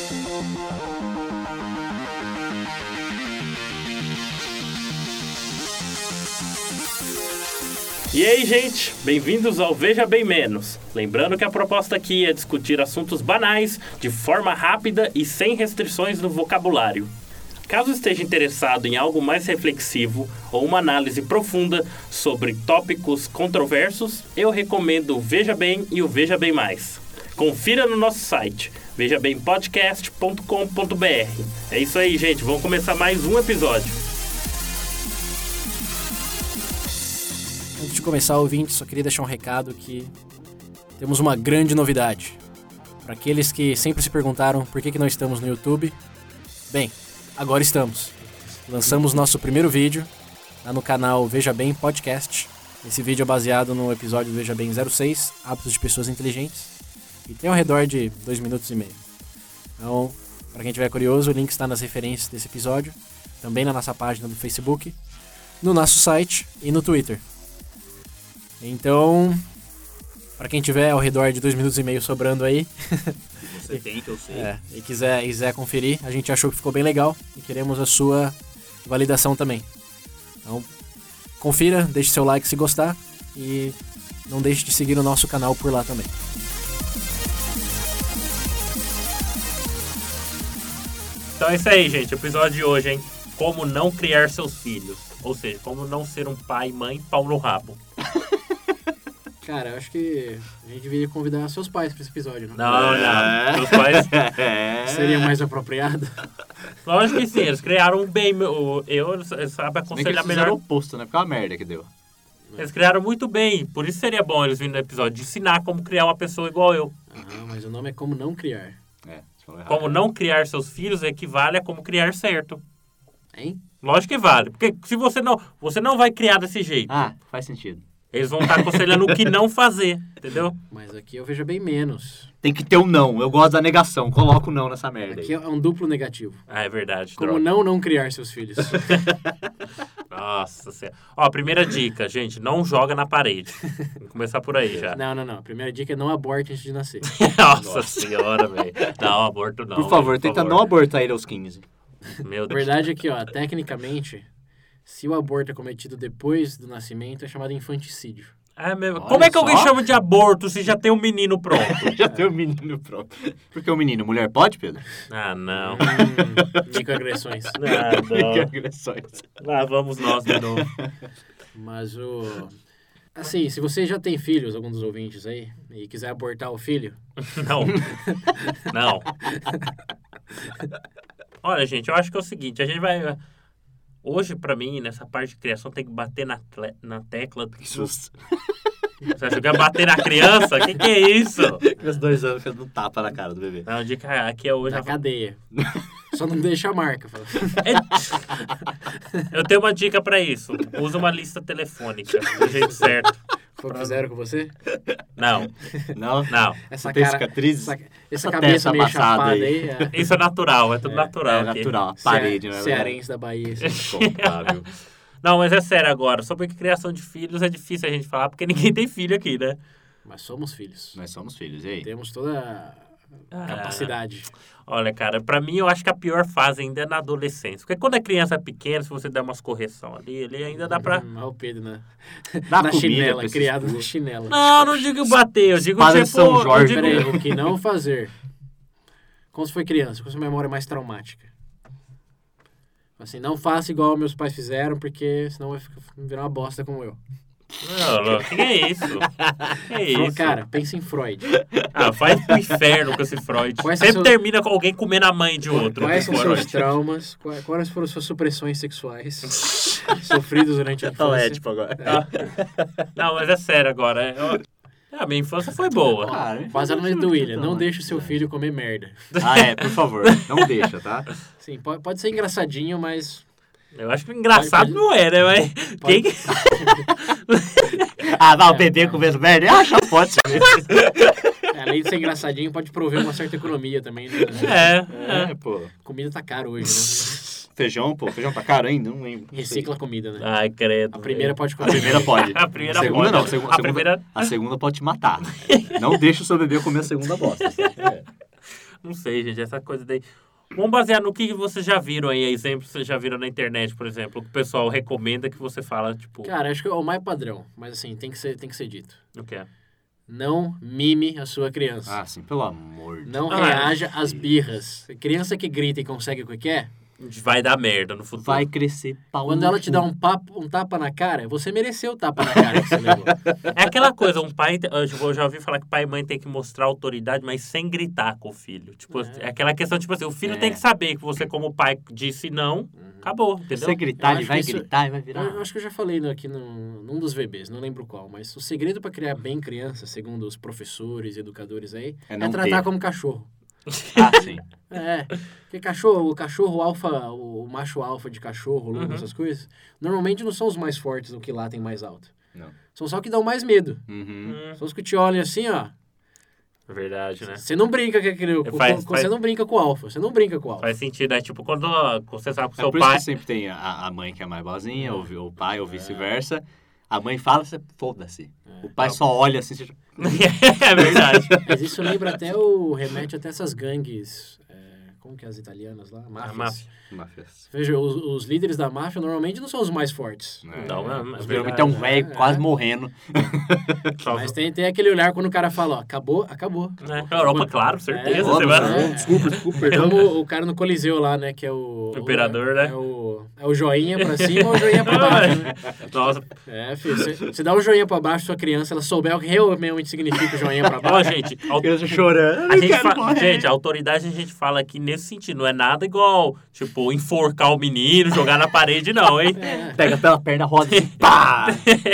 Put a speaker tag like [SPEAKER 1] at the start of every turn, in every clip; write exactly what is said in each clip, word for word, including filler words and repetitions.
[SPEAKER 1] E aí, gente, bem-vindos ao Veja Bem Menos. Lembrando que a proposta aqui é discutir assuntos banais, de forma rápida e sem restrições no vocabulário. Caso esteja interessado em algo mais reflexivo ou uma análise profunda sobre tópicos controversos, eu recomendo o Veja Bem e o Veja Bem Mais. Confira no nosso site, veja bem podcast ponto com ponto b r. É isso aí, gente, vamos começar mais um episódio.
[SPEAKER 2] Antes de começar, ouvinte, só queria deixar um recado que temos uma grande novidade. Para aqueles que sempre se perguntaram por que, que nós estamos no YouTube, bem, agora estamos. Lançamos nosso primeiro vídeo lá no canal Veja Bem Podcast. Esse vídeo é baseado no episódio do Veja Bem zero seis, Hábitos de Pessoas Inteligentes, e tem ao redor de dois minutos e meio. Então, para quem estiver curioso, o link está nas referências desse episódio, também na nossa página do Facebook, no nosso site e no Twitter. Então, para quem tiver ao redor de dois minutos e meio sobrando aí,
[SPEAKER 3] você tem, que eu sei.
[SPEAKER 2] É, e quiser, quiser conferir, a gente achou que ficou bem legal e queremos a sua validação também. Então, confira, deixe seu like se gostar e não deixe de seguir o nosso canal por lá também.
[SPEAKER 1] Então é isso aí, gente, o episódio de hoje, hein? Como não criar seus filhos. Ou seja, como não ser um pai e mãe pau no rabo.
[SPEAKER 2] Cara, eu acho que a gente deveria convidar seus pais para esse episódio, não?
[SPEAKER 1] Não, não. Seus pais...
[SPEAKER 2] Seria mais apropriado?
[SPEAKER 1] Lógico que sim, eles criaram bem. Eu, eu eles sabem aconselhar melhor.
[SPEAKER 3] o oposto, né? Porque é uma merda que deu.
[SPEAKER 1] Eles criaram muito bem, por isso seria bom eles virem no episódio de ensinar como criar uma pessoa igual eu.
[SPEAKER 2] Aham, mas o nome é Como Não Criar.
[SPEAKER 3] É, você falou errado.
[SPEAKER 1] Como não criar seus filhos equivale a como criar certo.
[SPEAKER 2] Hein?
[SPEAKER 1] Lógico que vale, porque se você não, você não vai criar desse jeito.
[SPEAKER 3] Ah, faz sentido.
[SPEAKER 1] Eles vão estar aconselhando o que não fazer, entendeu?
[SPEAKER 2] Mas aqui eu vejo bem menos.
[SPEAKER 3] Tem que ter um não. Eu gosto da negação. Coloca o não nessa merda
[SPEAKER 2] Aqui
[SPEAKER 3] aí.
[SPEAKER 2] é um duplo negativo.
[SPEAKER 1] Ah, é verdade.
[SPEAKER 2] Como
[SPEAKER 1] droga.
[SPEAKER 2] não não criar seus filhos.
[SPEAKER 1] Nossa senhora. Ó, primeira dica, gente, não joga na parede. Vamos começar por aí já.
[SPEAKER 2] Não, não, não. A primeira dica é não aborte antes de nascer.
[SPEAKER 1] Nossa, Nossa senhora, velho. Não, aborto não.
[SPEAKER 3] Por favor,
[SPEAKER 1] véio, por
[SPEAKER 3] tenta
[SPEAKER 1] favor.
[SPEAKER 3] não abortar ele aos quinze.
[SPEAKER 1] Meu
[SPEAKER 2] A
[SPEAKER 1] Deus.
[SPEAKER 2] verdade é que, ó, tecnicamente, se o aborto é cometido depois do nascimento, é chamado infanticídio.
[SPEAKER 1] É mesmo.
[SPEAKER 3] Olha
[SPEAKER 1] Como é que
[SPEAKER 3] só.
[SPEAKER 1] alguém chama de aborto se já tem um menino pronto?
[SPEAKER 3] Já tem o menino pronto. Porque o menino, mulher pode, Pedro?
[SPEAKER 1] Ah, não.
[SPEAKER 2] Hum, microagressões.
[SPEAKER 1] Ah,
[SPEAKER 3] Que
[SPEAKER 1] não.
[SPEAKER 3] agressões.
[SPEAKER 1] Lá vamos nós de novo.
[SPEAKER 2] Mas o... Assim, se você já tem filhos, algum dos ouvintes aí, e quiser abortar o filho...
[SPEAKER 1] Não. Não. Olha, gente, eu acho que é o seguinte, a gente vai... Hoje, pra mim, nessa parte de criação, tem que bater na, tle... na tecla...
[SPEAKER 3] Que susto.
[SPEAKER 1] Você achou que ia bater na criança? Que que é isso?
[SPEAKER 3] Meus dois anos fazendo um tapa na cara do bebê.
[SPEAKER 1] Não, a dica aqui é hoje...
[SPEAKER 2] Na cadeia. Só não deixa a marca. Fala.
[SPEAKER 1] Eu tenho uma dica pra isso. Usa uma lista telefônica, do jeito certo.
[SPEAKER 2] Foi o que fizeram com você?
[SPEAKER 1] Não,
[SPEAKER 3] Não?
[SPEAKER 1] não.
[SPEAKER 2] Essa
[SPEAKER 3] Tem
[SPEAKER 2] cara...
[SPEAKER 3] cicatrizes?
[SPEAKER 2] Essa, essa
[SPEAKER 3] Essa
[SPEAKER 2] cabeça
[SPEAKER 3] testa
[SPEAKER 2] meio
[SPEAKER 3] amassada
[SPEAKER 2] chapada aí...
[SPEAKER 3] aí.
[SPEAKER 2] é...
[SPEAKER 1] Isso é natural, é tudo natural
[SPEAKER 3] É
[SPEAKER 1] aqui.
[SPEAKER 3] natural, a parede,
[SPEAKER 2] Ce...
[SPEAKER 3] né?
[SPEAKER 2] Cearense da Bahia. Assim.
[SPEAKER 3] Incontável.
[SPEAKER 1] Não, mas é sério agora. Sobre criação de filhos é difícil a gente falar, porque ninguém tem filho aqui, né?
[SPEAKER 2] Mas somos filhos.
[SPEAKER 3] Nós somos filhos, e aí?
[SPEAKER 2] Temos toda a
[SPEAKER 1] Ah,
[SPEAKER 2] capacidade.
[SPEAKER 1] Olha, cara, pra mim eu acho que a pior fase ainda é na adolescência. Porque quando a criança é pequena, se você der umas correções ali, ele ainda dá pra...
[SPEAKER 2] Hum, olha o Pedro, né?
[SPEAKER 3] Dá
[SPEAKER 2] na
[SPEAKER 3] comida
[SPEAKER 2] chinela,
[SPEAKER 3] pra esses
[SPEAKER 2] criado na
[SPEAKER 3] burros.
[SPEAKER 2] chinela.
[SPEAKER 1] Não, não digo bater, eu digo
[SPEAKER 3] Espada de
[SPEAKER 1] tipo...
[SPEAKER 3] São
[SPEAKER 1] eu
[SPEAKER 3] Jorge,
[SPEAKER 1] digo-
[SPEAKER 2] Peraí, o que não fazer? Como se foi criança, com sua memória mais traumática. Assim, não faça igual meus pais fizeram, porque senão vai ficar- virar uma bosta como eu.
[SPEAKER 1] Não, não, que é isso? Que é
[SPEAKER 2] Fro-
[SPEAKER 1] isso?
[SPEAKER 2] Cara, pensa em Freud.
[SPEAKER 1] Ah, vai pro inferno com esse Freud.
[SPEAKER 2] Quais
[SPEAKER 1] Sempre
[SPEAKER 2] são seus-
[SPEAKER 1] termina com alguém comendo a mãe de outro.
[SPEAKER 2] Quais são
[SPEAKER 1] com
[SPEAKER 2] seus
[SPEAKER 1] Freud.
[SPEAKER 2] traumas? Quais, quais foram suas supressões sexuais sofridas durante a infância?
[SPEAKER 3] Tolético agora.
[SPEAKER 1] Ah. Não, mas é sério agora. Eu... A minha infância foi boa.
[SPEAKER 3] Claro.
[SPEAKER 2] Quase a noite do William. Não deixe o seu filho comer merda.
[SPEAKER 3] Ah, é, por favor. Não deixa, tá?
[SPEAKER 2] Sim, pode, pode ser engraçadinho, mas...
[SPEAKER 1] Eu acho que engraçado
[SPEAKER 2] Pode-
[SPEAKER 1] não é, né? Mas
[SPEAKER 2] pode-
[SPEAKER 1] quem...
[SPEAKER 3] Ah, vai, o bebê comendo merda? Ah, já pode ser.
[SPEAKER 2] Além de ser engraçadinho, pode prover uma certa economia também. Né?
[SPEAKER 1] É,
[SPEAKER 3] É, pô.
[SPEAKER 2] Comida tá caro hoje, né?
[SPEAKER 3] Feijão, pô. Feijão tá caro ainda? Não lembro. Não sei.
[SPEAKER 2] Recicla a comida, né?
[SPEAKER 1] Ai, credo.
[SPEAKER 2] A primeira
[SPEAKER 1] velho.
[SPEAKER 2] pode
[SPEAKER 3] A
[SPEAKER 2] comer.
[SPEAKER 3] primeira pode.
[SPEAKER 1] A primeira
[SPEAKER 3] a segunda
[SPEAKER 1] pode.
[SPEAKER 3] não. A, segu-
[SPEAKER 1] A
[SPEAKER 3] a segunda,
[SPEAKER 1] primeira-
[SPEAKER 3] a segunda pode te matar. Não deixa o seu bebê comer a segunda bosta. É.
[SPEAKER 1] Não sei, gente, essa coisa daí... Vamos basear no que vocês já viram aí, exemplos que vocês já viram na internet, por exemplo, que o pessoal recomenda que você fala, tipo...
[SPEAKER 2] Cara, acho que é o mais padrão, mas assim, tem que ser, tem que ser dito.
[SPEAKER 1] O que é?
[SPEAKER 2] Não mime a sua criança.
[SPEAKER 3] Ah, sim, pelo amor de
[SPEAKER 2] Não
[SPEAKER 1] Ah,
[SPEAKER 2] reaja às birras. Criança que grita e consegue o que quer,
[SPEAKER 1] Vai dar merda no futuro.
[SPEAKER 3] Vai crescer pau
[SPEAKER 2] quando
[SPEAKER 3] no
[SPEAKER 2] ela te
[SPEAKER 3] cu.
[SPEAKER 2] dá um, papo, um tapa na cara, você mereceu o tapa na cara que você levou.
[SPEAKER 1] É aquela coisa, um pai... Eu já- eu já ouvi falar que pai e mãe tem que mostrar autoridade, mas sem gritar com o filho. Tipo, é,
[SPEAKER 2] É.
[SPEAKER 1] aquela questão, tipo assim, o filho
[SPEAKER 3] É.
[SPEAKER 1] tem que saber que você, como pai, disse não, acabou,
[SPEAKER 3] Se
[SPEAKER 1] entendeu?
[SPEAKER 3] você gritar,
[SPEAKER 2] Eu
[SPEAKER 3] ele
[SPEAKER 2] acho
[SPEAKER 3] vai
[SPEAKER 2] que isso-
[SPEAKER 3] gritar e vai virar.
[SPEAKER 2] Eu acho que eu já falei no- aqui no, num dos V Bs, não lembro qual, mas o segredo para criar bem criança, segundo os professores e educadores aí,
[SPEAKER 3] É
[SPEAKER 2] é,
[SPEAKER 3] não
[SPEAKER 2] tratar
[SPEAKER 3] ter.
[SPEAKER 2] como cachorro.
[SPEAKER 3] Ah, sim.
[SPEAKER 2] É, porque cachorro, o cachorro alfa, o macho alfa de cachorro, lobo,
[SPEAKER 1] Uhum.
[SPEAKER 2] essas coisas, normalmente não são os mais fortes, o que lá tem mais alto.
[SPEAKER 3] Não.
[SPEAKER 2] São só que dão mais medo.
[SPEAKER 3] Uhum.
[SPEAKER 1] Hum,
[SPEAKER 2] São os que te olham assim, ó.
[SPEAKER 1] é verdade, né?
[SPEAKER 2] Você não brinca com aquele. com-
[SPEAKER 1] Faz-
[SPEAKER 2] com-
[SPEAKER 1] faz-
[SPEAKER 2] Você não brinca com o alfa. Você não brinca com o alfa.
[SPEAKER 1] Faz sentido. É tipo quando ó, você sabe que
[SPEAKER 3] É
[SPEAKER 1] seu
[SPEAKER 3] por isso
[SPEAKER 1] pai...
[SPEAKER 3] que sempre tem a, a mãe que é mais boazinha, ou vi- o pai, ou vice-versa. A mãe fala, você foda-se. O pai só olha assim, você já...
[SPEAKER 1] é verdade.
[SPEAKER 2] Mas isso lembra até o. Remete até essas gangues. é, como que é as italianas lá?
[SPEAKER 1] A
[SPEAKER 2] Máfias.
[SPEAKER 1] máfia.
[SPEAKER 3] Máfias.
[SPEAKER 2] Veja, os, os líderes da máfia normalmente não são os mais fortes.
[SPEAKER 3] É.
[SPEAKER 1] Não, é, é
[SPEAKER 3] Geralmente é um velho
[SPEAKER 2] É.
[SPEAKER 3] quase morrendo.
[SPEAKER 1] Só-
[SPEAKER 2] Mas tem, tem aquele olhar quando o cara fala, ó, acabou, acabou.
[SPEAKER 1] né? Na Europa, claro, certeza.
[SPEAKER 2] É,
[SPEAKER 1] você vai...
[SPEAKER 2] é.
[SPEAKER 3] Desculpa, desculpa, perdão.
[SPEAKER 2] Como o cara no Coliseu lá, né? Que é o.
[SPEAKER 1] O imperador, né?
[SPEAKER 2] É o, é o joinha pra cima ou o joinha pra baixo, né?
[SPEAKER 1] Nossa,
[SPEAKER 2] É, filho. Você dá o joinha pra baixo, sua criança, ela souber o que realmente significa o joinha pra
[SPEAKER 1] ó,
[SPEAKER 2] baixo.
[SPEAKER 1] gente, a,
[SPEAKER 3] Criança chorando.
[SPEAKER 1] a gente,
[SPEAKER 3] quero
[SPEAKER 1] fa-
[SPEAKER 3] morrer.
[SPEAKER 1] gente, a autoridade a gente fala aqui nesse sentido. Não é nada igual, tipo, enforcar o menino, jogar na parede, não, hein?
[SPEAKER 2] É,
[SPEAKER 3] Pega pela perna, roda assim, pá!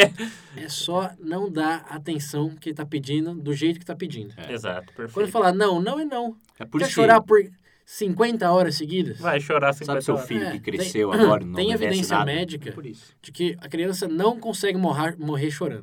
[SPEAKER 2] é só não dar atenção que tá pedindo do jeito que tá pedindo.
[SPEAKER 1] Exato,
[SPEAKER 2] Quando
[SPEAKER 1] perfeito.
[SPEAKER 2] falar não, não é não.
[SPEAKER 3] É por
[SPEAKER 2] Quer
[SPEAKER 3] isso
[SPEAKER 2] chorar
[SPEAKER 3] que...
[SPEAKER 2] por cinquenta horas seguidas?
[SPEAKER 1] Vai chorar
[SPEAKER 3] Sabe
[SPEAKER 1] cinquenta
[SPEAKER 3] seu
[SPEAKER 1] horas.
[SPEAKER 3] filho
[SPEAKER 2] É,
[SPEAKER 3] que
[SPEAKER 2] tem-
[SPEAKER 3] cresceu agora e não
[SPEAKER 2] tem
[SPEAKER 3] obedece
[SPEAKER 2] evidência
[SPEAKER 3] nada?
[SPEAKER 2] médica.
[SPEAKER 3] É por isso.
[SPEAKER 2] De que a criança não consegue morrer, morrer chorando.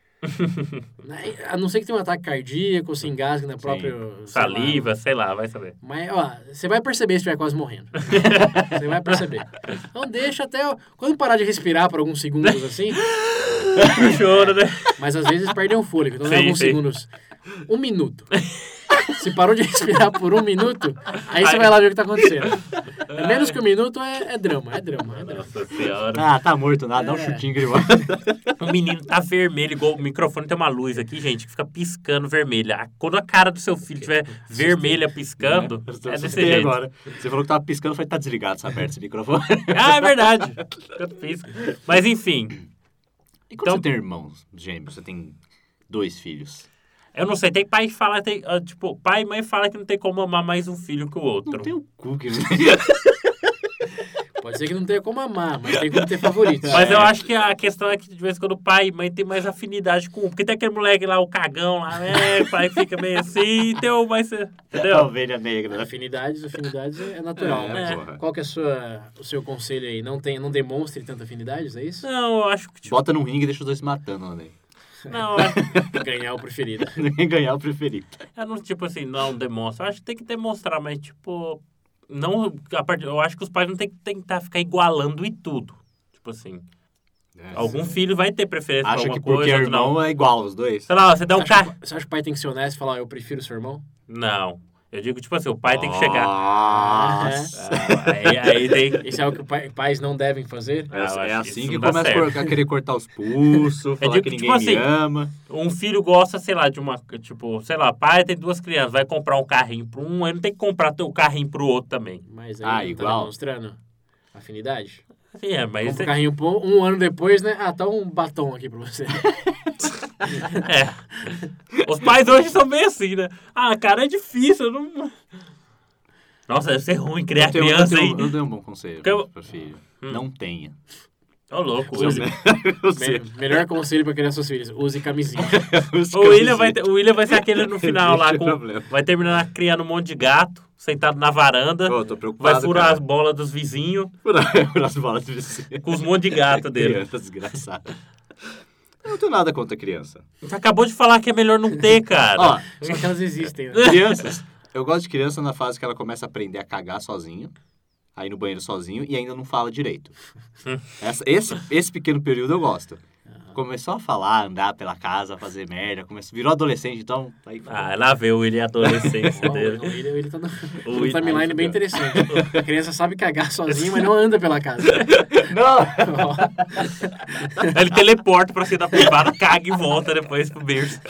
[SPEAKER 2] Né? A não ser que tenha um ataque cardíaco ou se engasgue na própria... sei lá.
[SPEAKER 1] Saliva, sei lá, vai saber.
[SPEAKER 2] Mas, ó, você vai perceber se estiver quase morrendo. Você vai perceber. Então deixa até... Quando parar de respirar por alguns segundos assim,
[SPEAKER 1] Choro, né?
[SPEAKER 2] mas às vezes perdem o fôlego. Então,
[SPEAKER 1] Sim,
[SPEAKER 2] alguns
[SPEAKER 1] sim.
[SPEAKER 2] segundos. Um minuto. Se parou de respirar por um minuto, aí você
[SPEAKER 1] Aí-
[SPEAKER 2] vai lá ver o que tá acontecendo. É menos que um minuto é, é drama, é drama, é drama.
[SPEAKER 1] Nossa senhora.
[SPEAKER 3] Ah, tá morto nada, dá um
[SPEAKER 2] É.
[SPEAKER 3] chutinho que ele vai.
[SPEAKER 1] O menino tá vermelho, igual o microfone tem uma luz aqui, gente, que fica piscando vermelha. A- Quando a cara do seu filho tiver vermelha piscando,
[SPEAKER 3] Eu
[SPEAKER 1] é desse
[SPEAKER 3] assustei
[SPEAKER 1] jeito.
[SPEAKER 3] agora. Você falou que tava piscando, eu falei, tá desligado essa merda, esse microfone.
[SPEAKER 1] Ah, é verdade. Eu pisco. Mas enfim,
[SPEAKER 3] E quando
[SPEAKER 1] Então-
[SPEAKER 3] você tem irmãos gêmeos, você tem dois filhos?
[SPEAKER 1] eu não sei, tem pai que fala, tem, ah, tipo, pai e mãe fala que não tem como amar mais um filho que o outro.
[SPEAKER 3] Não tem o cu que...
[SPEAKER 2] Pode ser que não tenha como amar, mas tem como ter favoritos.
[SPEAKER 1] Mas eu acho que a questão é que, de vez em quando, pai e mãe tem mais afinidade com um. Porque tem aquele moleque lá, o cagão lá, né? O pai fica meio assim, então vai ser.
[SPEAKER 3] A
[SPEAKER 1] Entendeu?
[SPEAKER 3] ovelha negra. né?
[SPEAKER 2] Afinidades, afinidades é natural,
[SPEAKER 3] É,
[SPEAKER 2] né?
[SPEAKER 3] porra.
[SPEAKER 2] Qual que é a sua, o seu conselho aí? Não, tem, não demonstre tanta afinidades, é isso?
[SPEAKER 1] Não, eu acho que, tipo,
[SPEAKER 3] Bota num ringue e deixa os dois se matando, né?
[SPEAKER 1] não, eu-
[SPEAKER 2] Ganhar o preferido.
[SPEAKER 3] Ninguém ganhar o preferido.
[SPEAKER 1] eu não, tipo assim, não demonstra. Eu acho que tem que demonstrar, mas, tipo, não, a part... eu acho que os pais não tem que tentar ficar igualando e tudo. Tipo assim, algum filho vai ter preferência
[SPEAKER 3] Acha
[SPEAKER 1] por
[SPEAKER 3] que
[SPEAKER 1] alguma
[SPEAKER 3] porque
[SPEAKER 1] coisa,
[SPEAKER 3] é
[SPEAKER 1] outro não.
[SPEAKER 3] irmão é igual os dois?
[SPEAKER 1] Sei lá, você dá um
[SPEAKER 2] Você acha,
[SPEAKER 1] carro...
[SPEAKER 2] que, você acha que o pai tem que ser honesto e falar, eu prefiro o seu irmão?
[SPEAKER 1] Não, eu digo, tipo assim, o pai tem que chegar...
[SPEAKER 3] Nossa.
[SPEAKER 1] Ah, aí, aí tem...
[SPEAKER 2] Isso é o que pai- pais não devem fazer?
[SPEAKER 1] Ah, eu acho
[SPEAKER 3] É,
[SPEAKER 1] que
[SPEAKER 3] assim
[SPEAKER 1] isso
[SPEAKER 3] que
[SPEAKER 1] não dá
[SPEAKER 3] começa
[SPEAKER 1] certo.
[SPEAKER 3] a querer cortar os pulsos, falar
[SPEAKER 1] digo
[SPEAKER 3] que
[SPEAKER 1] que,
[SPEAKER 3] ninguém
[SPEAKER 1] tipo
[SPEAKER 3] me
[SPEAKER 1] assim,
[SPEAKER 3] ama.
[SPEAKER 1] Um filho gosta, sei lá, de uma... Tipo, sei lá, pai tem duas crianças, vai comprar um carrinho para um, ele não tem que comprar o carrinho pro outro também.
[SPEAKER 2] Mas aí
[SPEAKER 3] Ah,
[SPEAKER 2] não tá
[SPEAKER 3] igual.
[SPEAKER 2] demonstrando afinidade?
[SPEAKER 1] Assim, é, mas...
[SPEAKER 2] Compra um carrinho pô, um ano depois, né? Ah, tá um batom aqui pra você.
[SPEAKER 1] É. Os pais hoje são bem assim, né? Ah, cara, é difícil, eu não... Nossa, deve ser ruim criar
[SPEAKER 3] Eu tenho-
[SPEAKER 1] criança,
[SPEAKER 3] eu
[SPEAKER 1] hein?
[SPEAKER 3] tenho, eu dei um bom conselho
[SPEAKER 1] Porque eu-
[SPEAKER 3] pro filho.
[SPEAKER 1] Hum.
[SPEAKER 3] Não tenha.
[SPEAKER 1] Ô, louco,
[SPEAKER 3] Seu-
[SPEAKER 1] William.
[SPEAKER 3] Eu sei.
[SPEAKER 2] Me- melhor conselho pra criar seus filhos, use camisinha.
[SPEAKER 1] O William, vai ter, o William vai ser aquele no final lá,
[SPEAKER 3] Não tem
[SPEAKER 1] com,
[SPEAKER 3] problema.
[SPEAKER 1] vai terminar criando um monte de gato, sentado na varanda,
[SPEAKER 3] Pô, tô preocupado,
[SPEAKER 1] vai furar
[SPEAKER 3] cara.
[SPEAKER 1] as bolas dos vizinhos
[SPEAKER 3] Furar furar as bolas de você.
[SPEAKER 1] com os monte de gato dele.
[SPEAKER 3] Criança desgraçada. Eu não tenho nada contra criança.
[SPEAKER 1] Você acabou de falar que é melhor não ter, cara.
[SPEAKER 3] Ó,
[SPEAKER 2] Só que elas existem, né?
[SPEAKER 3] crianças. Eu gosto de criança na fase que ela começa a aprender a cagar sozinha, aí no banheiro sozinho e ainda não fala direito. Essa- esse, esse pequeno período eu gosto. Começou a falar, andar pela casa, fazer merda, começou, virou adolescente, então... Aí,
[SPEAKER 1] Ah, lá vê o William a adolescência
[SPEAKER 2] Ó,
[SPEAKER 1] dele.
[SPEAKER 2] O William, ele tá no,
[SPEAKER 1] O
[SPEAKER 2] no
[SPEAKER 1] William-
[SPEAKER 2] timeline bem interessante. A criança sabe cagar sozinho, mas não anda pela casa.
[SPEAKER 3] não!
[SPEAKER 2] Ó,
[SPEAKER 1] Ele teleporta pra cima da privada, caga e volta depois pro berço.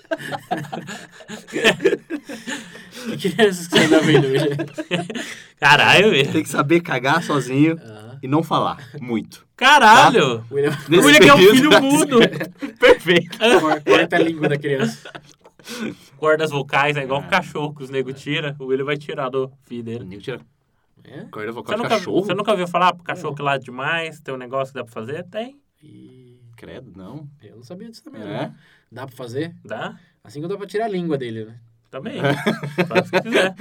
[SPEAKER 2] que crianças que você anda vendo, William?
[SPEAKER 1] Caralho, William.
[SPEAKER 3] Tem que saber cagar sozinho
[SPEAKER 2] Ah,
[SPEAKER 3] e não falar muito.
[SPEAKER 1] Caralho!
[SPEAKER 2] o William
[SPEAKER 1] O
[SPEAKER 3] Nesse
[SPEAKER 1] William que é um
[SPEAKER 3] período,
[SPEAKER 1] filho mudo.
[SPEAKER 3] Perfeito.
[SPEAKER 2] cor- corta a língua da criança.
[SPEAKER 1] Cordas vocais, é igual um cachorro que os negros tiram. O William vai tirar do filho
[SPEAKER 3] O
[SPEAKER 1] dele.
[SPEAKER 3] nego tira
[SPEAKER 2] É?
[SPEAKER 3] corda
[SPEAKER 1] Você
[SPEAKER 3] vocal de
[SPEAKER 1] nunca,
[SPEAKER 3] cachorro?
[SPEAKER 1] você nunca ouviu falar pro cachorro que lá demais, tem um negócio que dá pra fazer? Tem.
[SPEAKER 2] E
[SPEAKER 3] Credo, não.
[SPEAKER 2] eu não sabia disso também.
[SPEAKER 3] É?
[SPEAKER 2] Né? Dá pra fazer?
[SPEAKER 1] Dá?
[SPEAKER 2] Assim que dá pra tirar a língua dele, né?
[SPEAKER 1] Também. Faz o que quiser.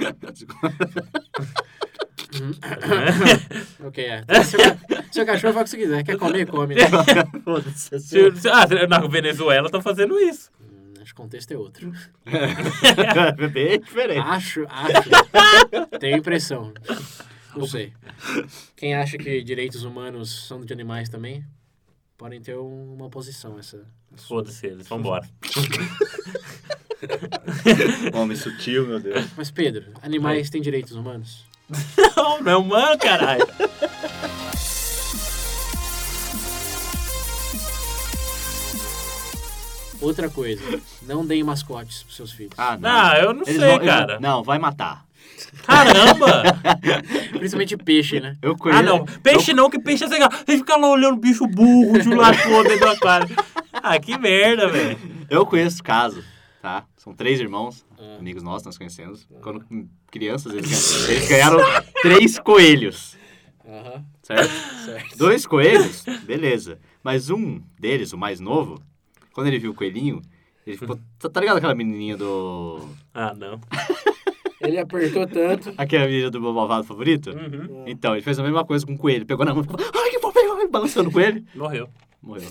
[SPEAKER 2] Ok, é. Então, seu, seu cachorro faz o que você quiser. Quer comer, come. Né?
[SPEAKER 3] Foda-se.
[SPEAKER 1] Se- se- ah, na Venezuela estão fazendo isso.
[SPEAKER 2] Hum, acho que o contexto é outro.
[SPEAKER 3] É bem diferente.
[SPEAKER 2] Acho, acho. Tenho impressão. Não sei. Quem acha que direitos humanos são de animais também, podem ter um- uma oposição a essa. essa-
[SPEAKER 1] Foda-se eles, vambora.
[SPEAKER 3] Homem sutil, meu Deus.
[SPEAKER 2] Mas, Pedro, animais têm direitos humanos?
[SPEAKER 1] Não, não é humano, caralho.
[SPEAKER 2] Outra coisa, não deem mascotes pros seus filhos.
[SPEAKER 3] Ah,
[SPEAKER 1] Não, eu não
[SPEAKER 3] Eles
[SPEAKER 1] sei,
[SPEAKER 3] vão- eles
[SPEAKER 1] cara.
[SPEAKER 3] vão- Não, vai matar.
[SPEAKER 1] Caramba!
[SPEAKER 2] Principalmente peixe, né?
[SPEAKER 3] Eu conheço.
[SPEAKER 1] Ah, não. Peixe não, que peixe é legal. Você fica lá olhando bicho burro de um lado pro outro dentro do aquário. Ah, que merda, velho.
[SPEAKER 3] Eu conheço caso, tá? São três irmãos,
[SPEAKER 2] Ah.
[SPEAKER 3] amigos nossos, nós conhecemos. Quando crianças, eles ganharam, eles ganharam três coelhos,
[SPEAKER 2] Aham,
[SPEAKER 3] certo?
[SPEAKER 2] certo.
[SPEAKER 3] Dois coelhos, beleza. Mas um deles, o mais novo, quando ele viu o coelhinho, ele ficou... Tá, tá ligado aquela menininha do...
[SPEAKER 1] Ah, não.
[SPEAKER 2] Ele apertou tanto.
[SPEAKER 3] Aquela menina do meu malvado favorito?
[SPEAKER 1] Uhum.
[SPEAKER 3] Então, ele fez a mesma coisa com o coelho. Pegou na mão e ficou... Ai, que fofinho! Balançando o coelho.
[SPEAKER 1] Morreu.
[SPEAKER 3] Morreu.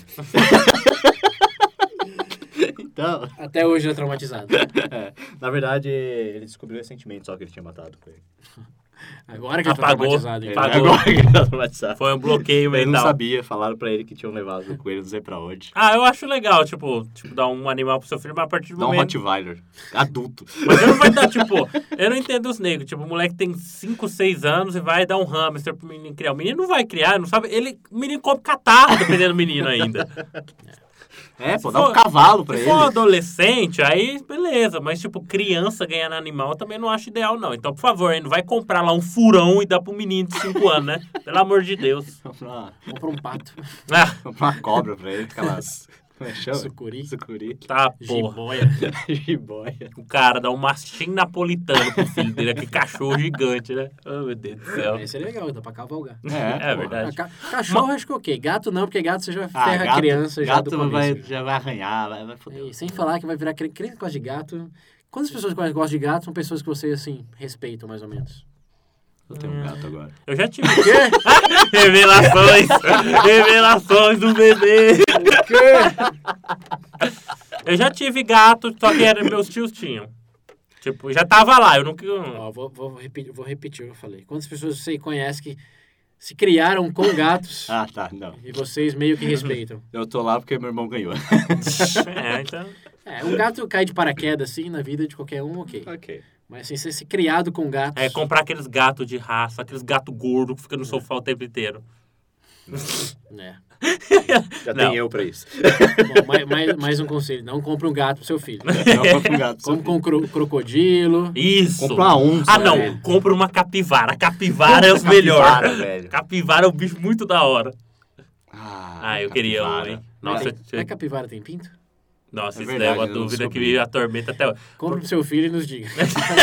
[SPEAKER 3] Então...
[SPEAKER 2] Até hoje ele é traumatizado.
[SPEAKER 3] É, na verdade, ele descobriu recentemente só que ele tinha matado o coelho.
[SPEAKER 2] Agora que ele tá
[SPEAKER 1] Apagou.
[SPEAKER 2] traumatizado.
[SPEAKER 3] Ele,
[SPEAKER 2] Então.
[SPEAKER 1] Apagou.
[SPEAKER 3] agora que ele tá traumatizado.
[SPEAKER 1] Foi um bloqueio
[SPEAKER 3] Ele não
[SPEAKER 1] mental.
[SPEAKER 3] sabia, falaram pra ele que tinham levado o coelho não sei pra onde.
[SPEAKER 1] Ah, eu acho legal, tipo, tipo, dar um animal pro seu filho, mas a partir do
[SPEAKER 3] Dá um
[SPEAKER 1] momento...
[SPEAKER 3] Rottweiler, adulto.
[SPEAKER 1] Mas ele não vai dar, tipo... Eu não entendo os negros. Tipo, o moleque tem cinco, seis anos e vai dar um hamster pro menino criar. O menino não vai criar, não sabe... Ele, o menino come catarro, dependendo do menino ainda.
[SPEAKER 3] É, pô,
[SPEAKER 1] Se
[SPEAKER 3] dá um
[SPEAKER 1] for-
[SPEAKER 3] cavalo pra
[SPEAKER 1] Se
[SPEAKER 3] ele.
[SPEAKER 1] for adolescente, aí beleza. Mas, tipo, criança ganhando animal eu também não acho ideal, não. Então, por favor, hein, não vai comprar lá um furão e dar pro menino de cinco anos, né? Pelo amor de Deus.
[SPEAKER 3] Comprar
[SPEAKER 2] Compra um pato.
[SPEAKER 1] Ah,
[SPEAKER 3] comprar uma cobra pra ele, aquelas... Como é que chama?
[SPEAKER 2] Sucuri.
[SPEAKER 3] Sucuri.
[SPEAKER 1] tá, porra.
[SPEAKER 2] Jiboia.
[SPEAKER 3] Jiboia.
[SPEAKER 1] O cara dá um mastim napolitano pro filho dele, aquele cachorro gigante, né? Oh, meu Deus do céu.
[SPEAKER 2] Esse é legal, dá pra cavalgar.
[SPEAKER 3] É,
[SPEAKER 1] É
[SPEAKER 3] pô.
[SPEAKER 1] verdade.
[SPEAKER 2] Ca- Cachorro acho que ok. Gato não, porque gato você já
[SPEAKER 3] Ah,
[SPEAKER 2] ferra a
[SPEAKER 3] gato,
[SPEAKER 2] criança já
[SPEAKER 3] gato
[SPEAKER 2] do começo.
[SPEAKER 3] vai, já vai arranhar, vai, vai foder.
[SPEAKER 2] E sem falar que vai virar cri- criança que gosta de gato. Quantas pessoas que gostam de gato são pessoas que vocês, assim, respeitam, mais ou menos?
[SPEAKER 3] Eu tenho um gato agora.
[SPEAKER 1] Eu já tive. Revelações! Revelações do bebê! Eu já tive gato, só que era, meus tios tinham. Tipo, já tava lá, eu nunca...
[SPEAKER 2] Ó, vou, vou, repetir, vou repetir o que eu falei. Quantas pessoas você conhece que se criaram com gatos
[SPEAKER 3] Ah, tá, não.
[SPEAKER 2] e vocês meio que respeitam?
[SPEAKER 3] Eu tô lá porque meu irmão ganhou.
[SPEAKER 1] É, então...
[SPEAKER 2] É, um gato cai de paraquedas, assim, na vida de qualquer um, ok.
[SPEAKER 3] Ok.
[SPEAKER 2] Mas, assim, você ser criado com gatos...
[SPEAKER 1] É comprar aqueles gatos de raça, aqueles gatos gordos que ficam no sofá o tempo inteiro.
[SPEAKER 2] É.
[SPEAKER 3] Já
[SPEAKER 1] Não.
[SPEAKER 3] tem eu pra isso.
[SPEAKER 2] Bom, mais, mais, mais um conselho. Não compre um gato pro seu filho.
[SPEAKER 3] Não compra um gato.
[SPEAKER 2] Como com cro- crocodilo.
[SPEAKER 1] Isso!
[SPEAKER 3] Compra uma onça,
[SPEAKER 1] Ah, não,
[SPEAKER 3] velho.
[SPEAKER 1] compra uma capivara. Capivara é os
[SPEAKER 3] Capivara,
[SPEAKER 1] melhores.
[SPEAKER 3] velho.
[SPEAKER 1] Capivara é um bicho muito da hora.
[SPEAKER 3] Ah,
[SPEAKER 1] Ah, eu queria um,
[SPEAKER 3] capivara.
[SPEAKER 1] hein? Nossa,
[SPEAKER 2] Tem- A capivara tem pinto?
[SPEAKER 1] Nossa,
[SPEAKER 3] É
[SPEAKER 1] isso
[SPEAKER 3] verdade,
[SPEAKER 1] daí é uma
[SPEAKER 3] eu não
[SPEAKER 1] dúvida que
[SPEAKER 3] soube.
[SPEAKER 1] me atormenta até hoje.
[SPEAKER 2] Compre pro seu filho e nos diga.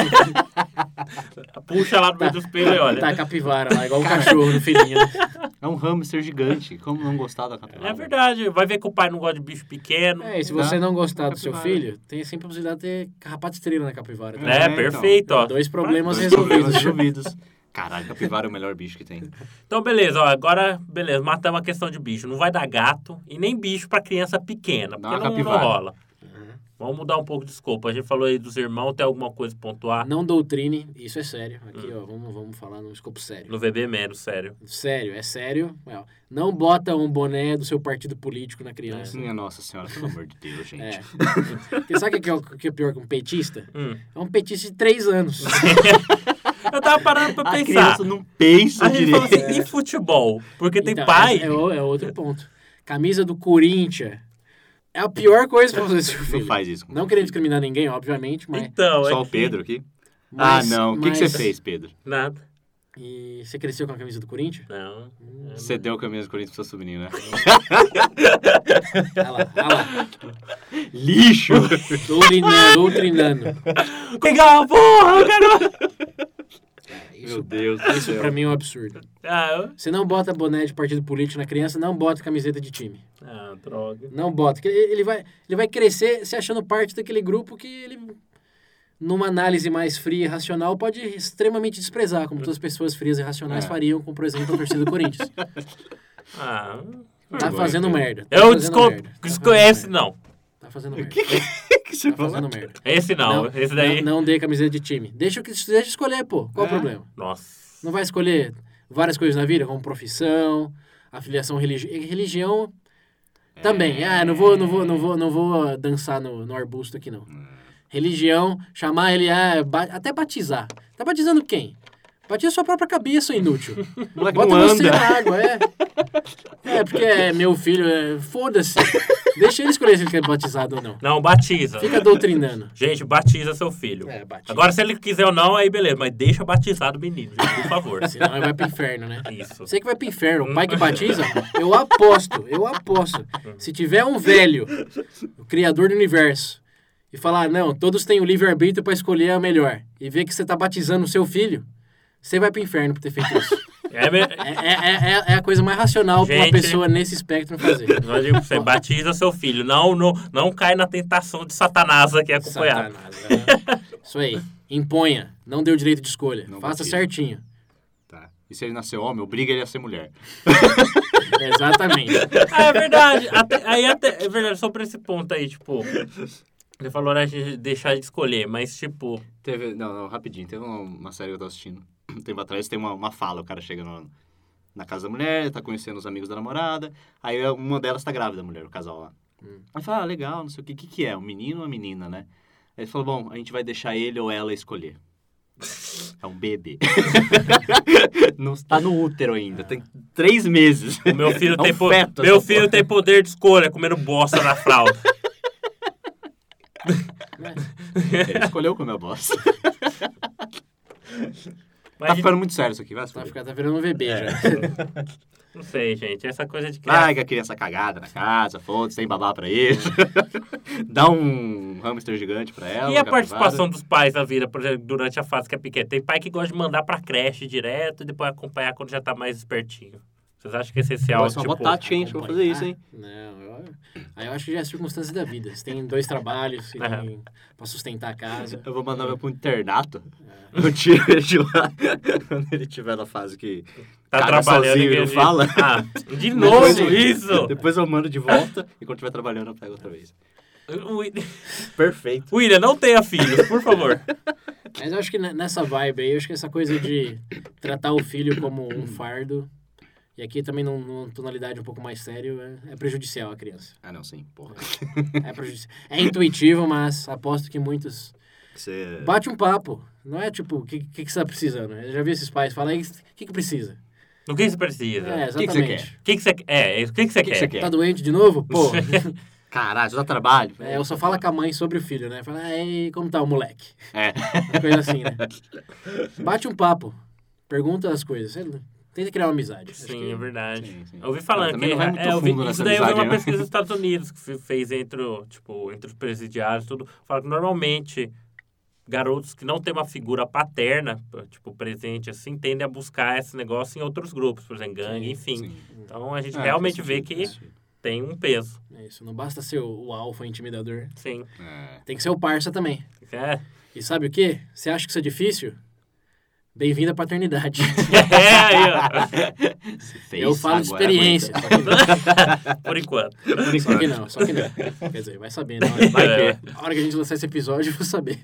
[SPEAKER 1] Puxa lá no meio dos pelos e olha.
[SPEAKER 2] Tá a capivara lá, igual o cachorro no filhinho. Né?
[SPEAKER 3] É um hamster gigante. Como não gostar da capivara?
[SPEAKER 1] É verdade, vai ver que o pai não gosta de bicho pequeno.
[SPEAKER 2] É, e se
[SPEAKER 3] Dá.
[SPEAKER 2] você não gostar do seu
[SPEAKER 3] Capivara.
[SPEAKER 2] filho, tem sempre a possibilidade de ter carrapato estrela na capivara. tá?
[SPEAKER 1] É,
[SPEAKER 3] É, então.
[SPEAKER 1] perfeito, ó.
[SPEAKER 2] Dois problemas
[SPEAKER 3] Dois
[SPEAKER 2] resolvidos.
[SPEAKER 3] problemas resolvidos. Caralho, capivara é o melhor bicho que tem.
[SPEAKER 1] Então, beleza, ó, agora, beleza, matamos a questão de bicho. Não vai dar gato e nem bicho pra criança pequena,
[SPEAKER 3] Dá
[SPEAKER 1] porque
[SPEAKER 3] uma
[SPEAKER 1] não, não
[SPEAKER 3] capivara.
[SPEAKER 1] rola. Vamos mudar um pouco de escopo. A gente falou aí dos irmãos, tem alguma coisa pra pontuar?
[SPEAKER 2] Não doutrine, isso é sério. Aqui, hum. ó, vamos, vamos falar num escopo sério.
[SPEAKER 1] No V B menos, sério.
[SPEAKER 2] Sério, é sério. Não bota um boné do seu partido político na criança.
[SPEAKER 3] Minha nossa senhora, pelo amor de Deus, gente.
[SPEAKER 2] É. Porque sabe o que, é o que é pior que um petista?
[SPEAKER 1] Hum.
[SPEAKER 2] É um petista de três anos.
[SPEAKER 1] Eu tava parando pra
[SPEAKER 3] a
[SPEAKER 1] pensar.
[SPEAKER 3] A criança não pensa
[SPEAKER 1] a gente
[SPEAKER 3] direito.
[SPEAKER 1] fala assim, e futebol? Porque
[SPEAKER 2] então,
[SPEAKER 1] tem pai...
[SPEAKER 2] É, é outro ponto. Camisa do Corinthians. É a pior coisa pra fazer seu filho.
[SPEAKER 3] Não faz isso.
[SPEAKER 2] Não querendo discriminar ninguém, obviamente, mas...
[SPEAKER 1] Então,
[SPEAKER 3] Só
[SPEAKER 1] é
[SPEAKER 3] o Pedro aqui?
[SPEAKER 2] Mas,
[SPEAKER 3] ah, não. O
[SPEAKER 2] mas...
[SPEAKER 3] que, que você fez, Pedro?
[SPEAKER 1] Nada.
[SPEAKER 2] E você cresceu com a camisa do Corinthians?
[SPEAKER 1] Não.
[SPEAKER 3] Você deu a camisa do Corinthians pro seu sobrinho, né?
[SPEAKER 2] Olha lá, olha lá.
[SPEAKER 3] Lixo!
[SPEAKER 2] Doutrinando, doutrinando.
[SPEAKER 1] Pegar a porra, cara!
[SPEAKER 2] Isso,
[SPEAKER 3] Meu Deus
[SPEAKER 2] Isso
[SPEAKER 3] do céu.
[SPEAKER 2] pra mim é um absurdo.
[SPEAKER 1] Ah, eu...
[SPEAKER 2] Você não bota boné de partido político na criança, não bota camiseta de time.
[SPEAKER 1] ah, droga.
[SPEAKER 2] Não bota. Porque ele vai, ele vai crescer se achando parte daquele grupo que ele, numa análise mais fria e racional, pode extremamente desprezar, como todas as pessoas frias e racionais
[SPEAKER 3] É.
[SPEAKER 2] fariam com, por exemplo, a torcida do Corinthians.
[SPEAKER 1] Ah...
[SPEAKER 2] Tá fazendo merda. Tá
[SPEAKER 1] Eu
[SPEAKER 2] fazendo
[SPEAKER 1] desco...
[SPEAKER 2] merda. Tá
[SPEAKER 1] desconhece,
[SPEAKER 2] fazendo
[SPEAKER 1] não.
[SPEAKER 2] merda. Tá fazendo merda.
[SPEAKER 3] que que você
[SPEAKER 2] Tá
[SPEAKER 3] falou?
[SPEAKER 2] fazendo merda.
[SPEAKER 1] Esse não, esse daí...
[SPEAKER 2] Não, não dê camiseta de time. Deixa, o que- deixa escolher, pô. Qual
[SPEAKER 3] É.
[SPEAKER 2] o problema?
[SPEAKER 1] Nossa.
[SPEAKER 2] Não vai escolher várias coisas na vida, como profissão, afiliação religi religião. Também. Ah, não vou, não vou, não vou, não vou dançar no, no arbusto aqui, não. Religião, chamar ele a... ba- até batizar. Tá batizando quem? Batiza sua própria cabeça, inútil.
[SPEAKER 3] O moleque
[SPEAKER 2] Bota
[SPEAKER 3] não
[SPEAKER 2] você
[SPEAKER 3] anda.
[SPEAKER 2] na água, é. É, porque é meu filho, é... foda-se. Deixa ele escolher se ele quer batizado ou não.
[SPEAKER 1] Não, batiza.
[SPEAKER 2] Fica doutrinando.
[SPEAKER 1] Gente, batiza seu filho.
[SPEAKER 2] É, batiza.
[SPEAKER 1] Agora, se ele quiser ou não, aí beleza. Mas deixa batizado o menino, gente, por favor.
[SPEAKER 2] Senão ele vai pro inferno, né?
[SPEAKER 1] Isso.
[SPEAKER 2] Você que vai pro inferno. O pai que batiza, eu aposto, eu aposto. Se tiver um velho, o criador do universo, e falar, não, todos têm o livre-arbítrio pra escolher a melhor, e ver que você tá batizando o seu filho, você vai pro inferno por ter feito isso.
[SPEAKER 1] É, me...
[SPEAKER 2] É, é, é, é a coisa mais racional pra uma
[SPEAKER 1] Gente-
[SPEAKER 2] pessoa nesse espectro fazer.
[SPEAKER 1] Eu digo pra você, batiza seu filho. Não, não, não cai na tentação de Satanás aqui acompanhado.
[SPEAKER 2] Satanás, né? Isso aí. Imponha. Não dê o direito de escolha.
[SPEAKER 3] Não
[SPEAKER 2] Faça
[SPEAKER 3] batiza.
[SPEAKER 2] certinho.
[SPEAKER 3] Tá. E se ele nascer homem, obriga ele a ser mulher.
[SPEAKER 2] Exatamente.
[SPEAKER 1] Ah, é verdade. Até- aí até, é verdade, só pra esse ponto aí, tipo... Você falou né, de deixar de escolher, mas tipo...
[SPEAKER 3] Teve, não, não, rapidinho. Teve uma, uma série que eu tô assistindo. Um tempo atrás tem uma, uma fala. O cara chega no, na casa da mulher, tá conhecendo os amigos da namorada. Aí uma delas tá grávida, a mulher, o casal lá.
[SPEAKER 2] Hum.
[SPEAKER 3] Aí fala, ah, legal, não sei o que. O que que é? Um menino ou uma menina, né? Aí ele falou, bom, a gente vai deixar ele ou ela escolher. É um bebê. Não está no útero ainda. Tem três meses.
[SPEAKER 1] O meu filho,
[SPEAKER 3] É um
[SPEAKER 1] tem, po-
[SPEAKER 3] feto,
[SPEAKER 1] meu
[SPEAKER 3] essa
[SPEAKER 1] filho
[SPEAKER 3] porra.
[SPEAKER 1] tem poder de escolha, comendo bosta na fralda.
[SPEAKER 3] Ele escolheu comer a bosta.
[SPEAKER 1] Mas
[SPEAKER 3] Tá ficando muito sério isso aqui, vai se
[SPEAKER 2] Tá,
[SPEAKER 3] fuder.
[SPEAKER 2] ficar, tá virando um bebê
[SPEAKER 1] É.
[SPEAKER 2] já.
[SPEAKER 1] Não sei, gente. Essa coisa de criar...
[SPEAKER 3] Larga a criança cagada na casa, foda-se, tem babá pra ele. Dá um hamster gigante pra ela.
[SPEAKER 1] E a
[SPEAKER 3] uma
[SPEAKER 1] participação
[SPEAKER 3] capivara.
[SPEAKER 1] dos pais na vida, por exemplo, durante a fase que é pequena? Tem pai que gosta de mandar pra creche direto e depois acompanhar quando já tá mais espertinho. Vocês acham que é essencial,
[SPEAKER 3] Nossa, é uma
[SPEAKER 1] tipo...
[SPEAKER 3] boa tática, hein? Acho que eu vou fazer isso, hein?
[SPEAKER 2] Não, eu, aí eu acho que já é circunstância da vida. Você tem dois trabalhos, você
[SPEAKER 1] Aham.
[SPEAKER 2] tem pra sustentar a casa.
[SPEAKER 3] Eu vou mandar meu pro internato. Eu tiro ele de lá quando ele tiver na fase que
[SPEAKER 1] Tá
[SPEAKER 3] caga
[SPEAKER 1] trabalhando
[SPEAKER 3] sozinho
[SPEAKER 1] e
[SPEAKER 3] e não
[SPEAKER 1] vê-
[SPEAKER 3] fala.
[SPEAKER 1] Ah, de novo
[SPEAKER 3] Depois-
[SPEAKER 1] isso!
[SPEAKER 3] Depois eu mando de volta e quando estiver trabalhando eu pego outra vez.
[SPEAKER 1] Wi-
[SPEAKER 3] Perfeito.
[SPEAKER 1] William, não tenha filhos, por favor.
[SPEAKER 2] Mas eu acho que ne- nessa vibe aí, eu acho que essa coisa de tratar o filho como um fardo, e aqui também num- numa tonalidade um pouco mais sério, é, é prejudicial à criança.
[SPEAKER 3] Ah, não, sim, porra.
[SPEAKER 2] É prejudicial. É intuitivo, mas aposto que muitos...
[SPEAKER 3] Você...
[SPEAKER 2] Bate um papo. Não é tipo, o que, que, que você tá precisando? Eu já vi esses pais falar, o que, que precisa?
[SPEAKER 1] O que você precisa?
[SPEAKER 2] É,
[SPEAKER 3] O que que você
[SPEAKER 2] exatamente.
[SPEAKER 1] O que, que você quer? É, o que, que você
[SPEAKER 3] O que
[SPEAKER 1] quer?
[SPEAKER 3] que você quer?
[SPEAKER 2] Tá doente de novo? Pô...
[SPEAKER 3] Caralho, você dá trabalho?
[SPEAKER 2] É, eu só falo com a mãe sobre o filho, né? Fala, e como tá o moleque?
[SPEAKER 3] É.
[SPEAKER 2] Uma coisa assim, né? Bate um papo. Pergunta as coisas. Você Tenta criar uma amizade. Acho
[SPEAKER 1] Sim,
[SPEAKER 2] que-
[SPEAKER 1] é verdade.
[SPEAKER 3] Sim, sim.
[SPEAKER 1] Eu ouvi falando
[SPEAKER 3] Ah, também
[SPEAKER 1] que...
[SPEAKER 3] não vai muito
[SPEAKER 1] é, eu vi,
[SPEAKER 3] fundo
[SPEAKER 1] isso
[SPEAKER 3] nessa
[SPEAKER 1] daí eu vi uma
[SPEAKER 3] amizade, né?
[SPEAKER 1] pesquisa dos Estados Unidos que fe- fez entre, o, tipo, entre os presidiários e tudo. Fala que normalmente garotos que não têm uma figura paterna, tipo, presente assim, tendem a buscar esse negócio em outros grupos, por exemplo, gangue, enfim.
[SPEAKER 3] Sim.
[SPEAKER 1] Então a gente
[SPEAKER 3] É,
[SPEAKER 1] realmente
[SPEAKER 3] faz
[SPEAKER 1] vê
[SPEAKER 3] sentido,
[SPEAKER 1] que
[SPEAKER 3] faz sentido.
[SPEAKER 1] tem um peso.
[SPEAKER 2] É isso, não basta ser o, o alfa intimidador.
[SPEAKER 1] Sim.
[SPEAKER 3] É.
[SPEAKER 2] Tem que ser o parça também.
[SPEAKER 1] É.
[SPEAKER 2] E sabe o quê? Você acha que isso é difícil? Bem-vindo à paternidade.
[SPEAKER 1] É, aí, ó.
[SPEAKER 3] Fez,
[SPEAKER 2] Eu falo de experiência.
[SPEAKER 1] Por enquanto.
[SPEAKER 2] Só que não, só que não. Quer dizer, vai saber, né?
[SPEAKER 1] Vai
[SPEAKER 2] É.
[SPEAKER 1] ver.
[SPEAKER 2] A hora que a gente lançar esse episódio, eu vou saber.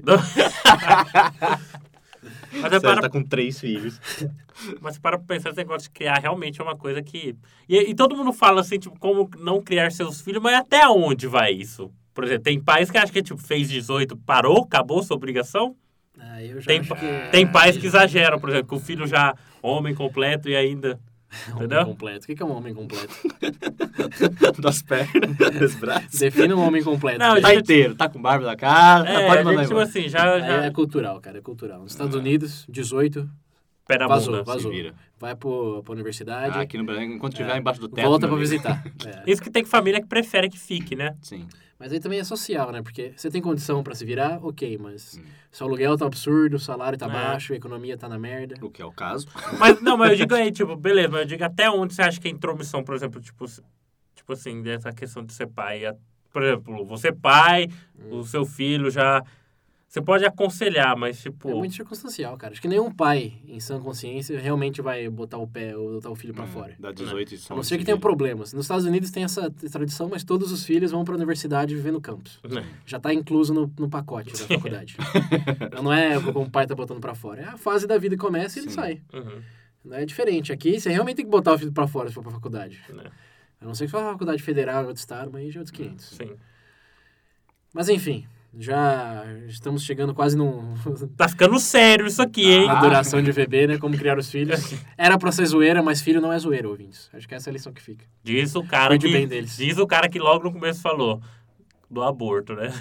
[SPEAKER 1] Mas é
[SPEAKER 3] Você
[SPEAKER 1] para,
[SPEAKER 3] tá com três filhos.
[SPEAKER 1] mas para pensar, esse negócio de criar realmente é uma coisa que... E, e todo mundo fala assim, tipo, como não criar seus filhos, mas até onde vai isso? Por exemplo, tem pais que acham que, tipo, fez dezoito, parou, acabou sua obrigação.
[SPEAKER 2] Ah, eu já
[SPEAKER 1] Tem,
[SPEAKER 2] acho
[SPEAKER 1] pa-
[SPEAKER 2] que...
[SPEAKER 1] tem pais que exageram, por exemplo, que o filho já homem completo e ainda...
[SPEAKER 2] Homem
[SPEAKER 1] Entendeu?
[SPEAKER 2] completo. O que é um homem completo?
[SPEAKER 3] Das pernas, dos braços.
[SPEAKER 2] Defina um homem completo.
[SPEAKER 1] Não,
[SPEAKER 3] Tá
[SPEAKER 1] gente-
[SPEAKER 3] inteiro, tá com barba na cara,
[SPEAKER 1] É,
[SPEAKER 3] pode
[SPEAKER 1] a
[SPEAKER 3] mandar
[SPEAKER 1] gente, tipo
[SPEAKER 3] embora.
[SPEAKER 1] assim, já...
[SPEAKER 2] Aí
[SPEAKER 1] já...
[SPEAKER 2] é cultural, cara, é cultural. Nos Estados Unidos, dezoito,
[SPEAKER 1] Pé na
[SPEAKER 2] vazou,
[SPEAKER 1] bunda.
[SPEAKER 2] vazou.
[SPEAKER 3] vira.
[SPEAKER 2] Vai pro, pra universidade,
[SPEAKER 3] Ah, aqui no Brasil, enquanto estiver embaixo do teto...
[SPEAKER 2] volta pra
[SPEAKER 3] meu amigo.
[SPEAKER 2] visitar. É.
[SPEAKER 1] Isso que tem família que prefere que fique, né?
[SPEAKER 3] Sim.
[SPEAKER 2] Mas aí também é social, né? Porque você tem condição pra se virar, ok, mas seu aluguel tá absurdo, o salário tá
[SPEAKER 1] É.
[SPEAKER 2] baixo, a economia tá na merda.
[SPEAKER 3] O que é o caso.
[SPEAKER 1] Mas, não, mas eu digo aí, tipo, beleza, mas eu digo até onde você acha que é intromissão, por exemplo, tipo, se- tipo assim, dessa questão de ser pai. A- Por exemplo, você é pai, o seu filho já... Você pode aconselhar, mas, tipo...
[SPEAKER 2] É muito circunstancial, cara. Acho que nenhum pai, em sã consciência, realmente vai botar o pé ou botar o filho pra fora.
[SPEAKER 3] Dá dezoito e só
[SPEAKER 2] A não ser que tenha problemas. Nos Estados Unidos tem essa tradição, mas todos os filhos vão pra universidade viver no campus.
[SPEAKER 1] né?
[SPEAKER 2] Já tá incluso no, no pacote da faculdade. Então não é como o pai tá botando pra fora. É a fase da vida que começa e ele
[SPEAKER 3] Sim.
[SPEAKER 2] sai.
[SPEAKER 1] Uhum.
[SPEAKER 2] Não é diferente. Aqui você realmente tem que botar o filho pra fora se for pra faculdade.
[SPEAKER 1] Né?
[SPEAKER 2] A não ser que for uma faculdade federal em outro estado, mas aí já é outros quinhentos.
[SPEAKER 1] Sim.
[SPEAKER 2] Mas enfim, já estamos chegando quase num...
[SPEAKER 1] Tá ficando sério isso aqui, hein?
[SPEAKER 2] na duração de V B, né? Como criar os filhos. Era pra ser zoeira, mas filho não é zoeira, ouvintes. Acho que essa é a lição que fica.
[SPEAKER 1] Diz o cara
[SPEAKER 2] Cuide
[SPEAKER 1] que...
[SPEAKER 2] bem deles.
[SPEAKER 1] Diz o cara que logo no começo falou do aborto, né?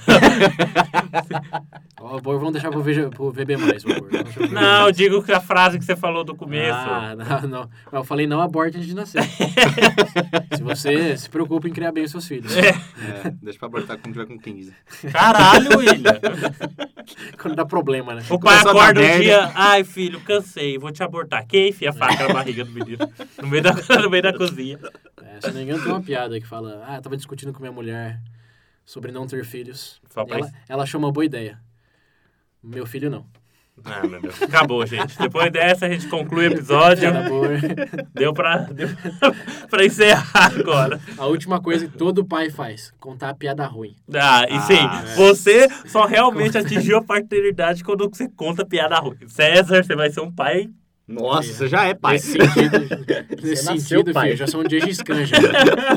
[SPEAKER 2] O aborto, vamos deixar pro, V G, pro V B mais, o aborto. Vamos deixar pro V B
[SPEAKER 1] Não, eu
[SPEAKER 2] mais.
[SPEAKER 1] digo que a frase que você falou do começo.
[SPEAKER 2] Ah, não, não. Eu falei não aborte antes de nascer. Se você se preocupa em criar bem os seus filhos.
[SPEAKER 3] É, deixa pra abortar quando tiver com quinze.
[SPEAKER 1] Caralho, William.
[SPEAKER 2] Quando dá problema, né?
[SPEAKER 1] O pai
[SPEAKER 3] Começou a dar
[SPEAKER 1] acorda um
[SPEAKER 3] merda.
[SPEAKER 1] dia, ai filho, cansei, vou te abortar. Quem enfia a faca na barriga do menino? No meio da, no meio da cozinha.
[SPEAKER 2] É, se não me engano, tem uma piada que fala: Ah, eu tava discutindo com minha mulher sobre não ter filhos.
[SPEAKER 1] Só
[SPEAKER 2] E
[SPEAKER 1] pra
[SPEAKER 2] ela, ela achou uma boa ideia. Meu filho não.
[SPEAKER 1] Ah, meu Deus. Acabou, gente. Depois dessa, a gente conclui o episódio.
[SPEAKER 2] Era boa.
[SPEAKER 1] Deu pra, deu pra encerrar agora.
[SPEAKER 2] A última coisa que todo pai faz: contar a piada ruim.
[SPEAKER 1] Ah, e sim,
[SPEAKER 3] Ah, é.
[SPEAKER 1] você só realmente atingiu a paternidade quando você conta piada ruim. César, você vai ser um pai.
[SPEAKER 3] Nossa, você já é pai.
[SPEAKER 2] Nesse sentido, nesse
[SPEAKER 3] nasceu
[SPEAKER 2] sentido
[SPEAKER 3] pai.
[SPEAKER 2] filho, já sou um Gengis Khan já.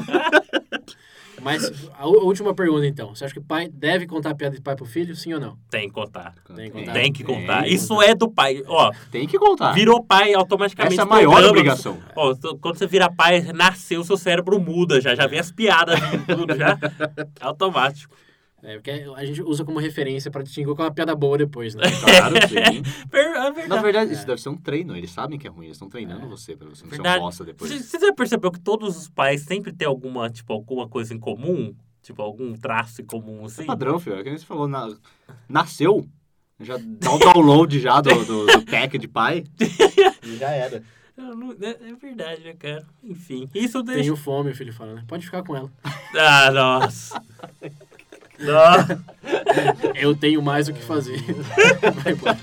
[SPEAKER 2] Mas a, u- a última pergunta, então. Você acha que pai deve contar a piada de pai pro filho, sim ou não?
[SPEAKER 1] Tem que contar.
[SPEAKER 2] Tem que contar.
[SPEAKER 1] Tem que contar.
[SPEAKER 3] Tem que
[SPEAKER 1] Isso é do pai. Ó,
[SPEAKER 3] Tem que contar.
[SPEAKER 1] virou pai automaticamente.
[SPEAKER 3] Essa é a maior
[SPEAKER 1] programa.
[SPEAKER 3] obrigação.
[SPEAKER 1] Ó, t- quando você vira pai, nasceu, seu cérebro muda já. Já vem as piadas vindo, tudo já. Automático.
[SPEAKER 2] É, porque a gente usa como referência pra distinguir qual é uma piada boa depois, né?
[SPEAKER 3] Claro, sim.
[SPEAKER 1] Per- É verdade.
[SPEAKER 3] Na verdade, isso deve ser um treino. Eles sabem que é ruim. Eles estão treinando você pra você não ser
[SPEAKER 1] Verdade.
[SPEAKER 3] um bosta depois.
[SPEAKER 1] Você você já percebeu que todos os pais sempre têm alguma, tipo, alguma coisa em comum? Tipo, algum traço em comum, assim?
[SPEAKER 3] É padrão, filho. É que nem você falou. Na... Nasceu, já dá o download já do, do, do pack de pai. E já era.
[SPEAKER 1] Eu não- É é verdade, né, cara? Enfim, isso deixa...
[SPEAKER 2] Tenho fome, o filho fala, né? Pode ficar com ela.
[SPEAKER 1] Ah, nossa. Nossa.
[SPEAKER 2] Eu tenho mais o que fazer. Vai embora.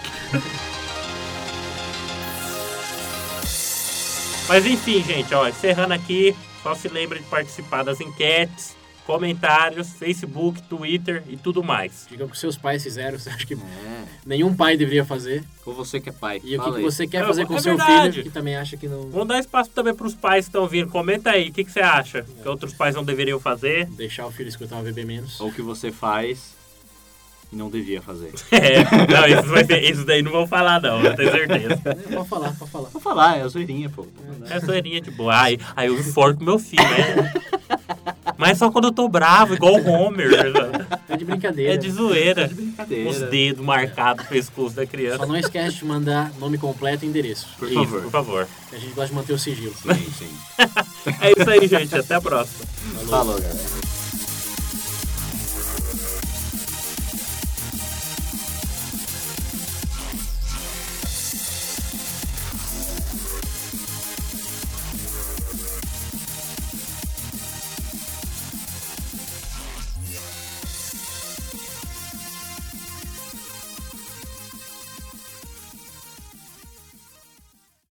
[SPEAKER 1] Mas enfim, gente, ó, encerrando aqui, só se lembra de participar das enquetes, comentários, Facebook, Twitter e tudo mais.
[SPEAKER 2] Diga o que seus pais fizeram, você acha que
[SPEAKER 3] É.
[SPEAKER 2] nenhum pai deveria fazer.
[SPEAKER 3] Ou você que é pai.
[SPEAKER 2] E o que,
[SPEAKER 3] Fala
[SPEAKER 2] que
[SPEAKER 3] aí.
[SPEAKER 2] você quer
[SPEAKER 1] É,
[SPEAKER 2] fazer com
[SPEAKER 1] é
[SPEAKER 2] seu
[SPEAKER 1] verdade.
[SPEAKER 2] filho, que também acha que não...
[SPEAKER 1] Vamos dar espaço também para os pais que estão vindo. Comenta aí, o que, que você acha que outros pais não deveriam fazer?
[SPEAKER 2] Deixar o filho escutar uma V B menos.
[SPEAKER 3] Ou o que você faz e não devia fazer.
[SPEAKER 1] É, não, isso, vai ser, isso daí não vão falar não, eu tenho certeza.
[SPEAKER 2] É, pode falar, pode falar.
[SPEAKER 3] Vou falar, é a zoeirinha, pô.
[SPEAKER 1] É zoeirinha de boa. Ai, aí eu enforco com meu filho, né? Mas só quando eu tô bravo, igual o Homer.
[SPEAKER 2] É de brincadeira.
[SPEAKER 1] É de zoeira.
[SPEAKER 3] Brincadeira.
[SPEAKER 1] Os dedos marcados no pescoço da criança.
[SPEAKER 2] Só não esquece de mandar nome completo e endereço.
[SPEAKER 3] Por
[SPEAKER 1] Isso,
[SPEAKER 3] favor.
[SPEAKER 1] por favor.
[SPEAKER 2] A gente gosta de manter o sigilo.
[SPEAKER 3] Sim, sim.
[SPEAKER 1] É isso aí, gente. Até a próxima.
[SPEAKER 3] Falou, galera.